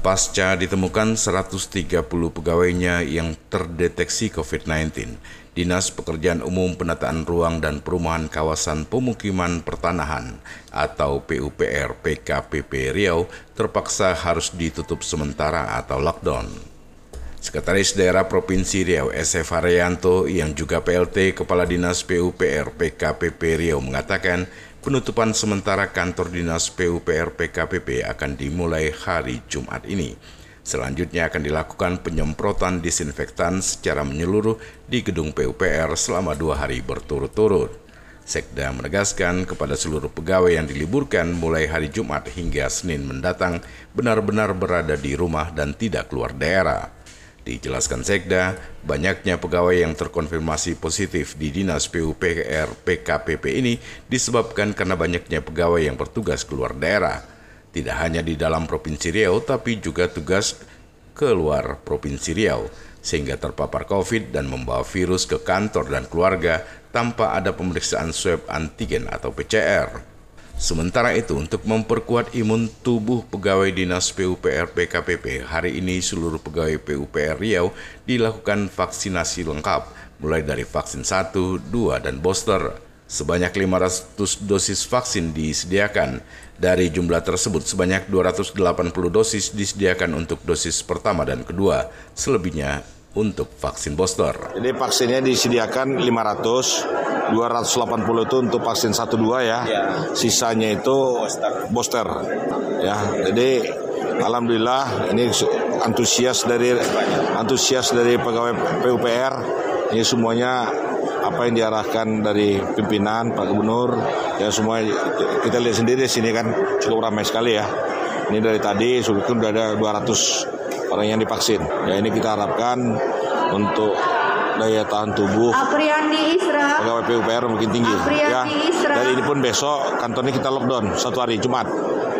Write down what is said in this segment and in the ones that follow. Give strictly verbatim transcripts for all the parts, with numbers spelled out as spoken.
pasca ditemukan seratus tiga puluh pegawainya yang terdeteksi covid sembilan belas, Dinas Pekerjaan Umum Penataan Ruang dan Perumahan Kawasan Pemukiman Pertanahan atau P U P R P K P P Riau terpaksa harus ditutup sementara atau lockdown. Sekretaris Daerah Provinsi Riau S F Haryanto yang juga P L T Kepala Dinas P U P R P K P P Riau mengatakan penutupan sementara kantor Dinas P U P R P K P P akan dimulai hari Jumat ini. Selanjutnya akan dilakukan penyemprotan disinfektan secara menyeluruh di gedung P U P R selama dua hari berturut-turut. Sekda menegaskan kepada seluruh pegawai yang diliburkan mulai hari Jumat hingga Senin mendatang benar-benar berada di rumah dan tidak keluar daerah. Dijelaskan Sekda, banyaknya pegawai yang terkonfirmasi positif di Dinas P U P R P K P P ini disebabkan karena banyaknya pegawai yang bertugas keluar daerah. Tidak hanya di dalam Provinsi Riau, tapi juga tugas keluar Provinsi Riau, sehingga terpapar COVID dan membawa virus ke kantor dan keluarga tanpa ada pemeriksaan swab antigen atau P C R. Sementara itu, untuk memperkuat imun tubuh pegawai Dinas P U P R P K P P, hari ini seluruh pegawai P U P R Riau dilakukan vaksinasi lengkap, mulai dari vaksin satu, dua, dan booster. Sebanyak lima ratus dosis vaksin disediakan. Dari jumlah tersebut, sebanyak dua ratus delapan puluh dosis disediakan untuk dosis pertama dan kedua, selebihnya untuk vaksin booster. Jadi vaksinnya disediakan lima ratus, dua ratus delapan puluh itu untuk vaksin satu dua ya. ya. Sisanya itu booster. Ya, jadi alhamdulillah ini antusias dari antusias dari pegawai P U P R. Ini semuanya apa yang diarahkan dari pimpinan Pak Gubernur, ya semua kita lihat sendiri di sini kan cukup ramai sekali ya. Ini dari tadi sudah ada dua ratus orang yang divaksin. Ya ini kita harapkan untuk daya tahan tubuh pegawai P U P R mungkin tinggi. Ya. Dan ini pun besok kantornya kita lockdown satu hari Jumat.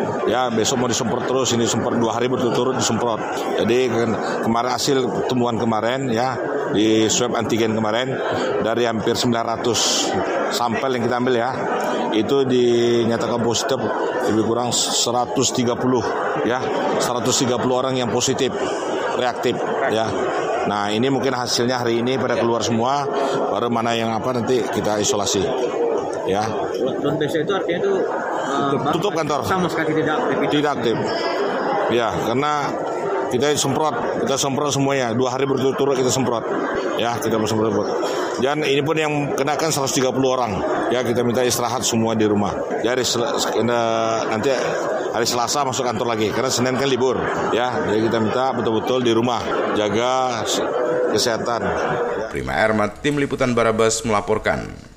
Ya besok mau disemprot terus, ini semprot dua hari berturut-turut disemprot. Jadi kemarin hasil temuan kemarin ya di swab antigen kemarin dari hampir sembilan ratus sampel yang kita ambil ya, itu dinyatakan positif lebih kurang seratus tiga puluh ya, seratus tiga puluh orang yang positif reaktif ya. Nah ini mungkin hasilnya hari ini pada keluar semua, baru mana yang apa nanti kita isolasi ya. Lockdown besok itu artinya itu uh, tutup kantor sama sekali tidak aktif. Tidak aktif. Ya, karena kita semprot, kita semprot semuanya. Dua hari berturut-turut kita semprot. Ya, kita semprot. Dan ini pun yang kenakan seratus tiga puluh orang. Ya, kita minta istirahat semua di rumah. Jadi nanti hari Selasa masuk kantor lagi karena Senin kan libur. Ya, jadi kita minta betul-betul di rumah jaga kesehatan. Prima Ermat, Tim Liputan Barabas melaporkan.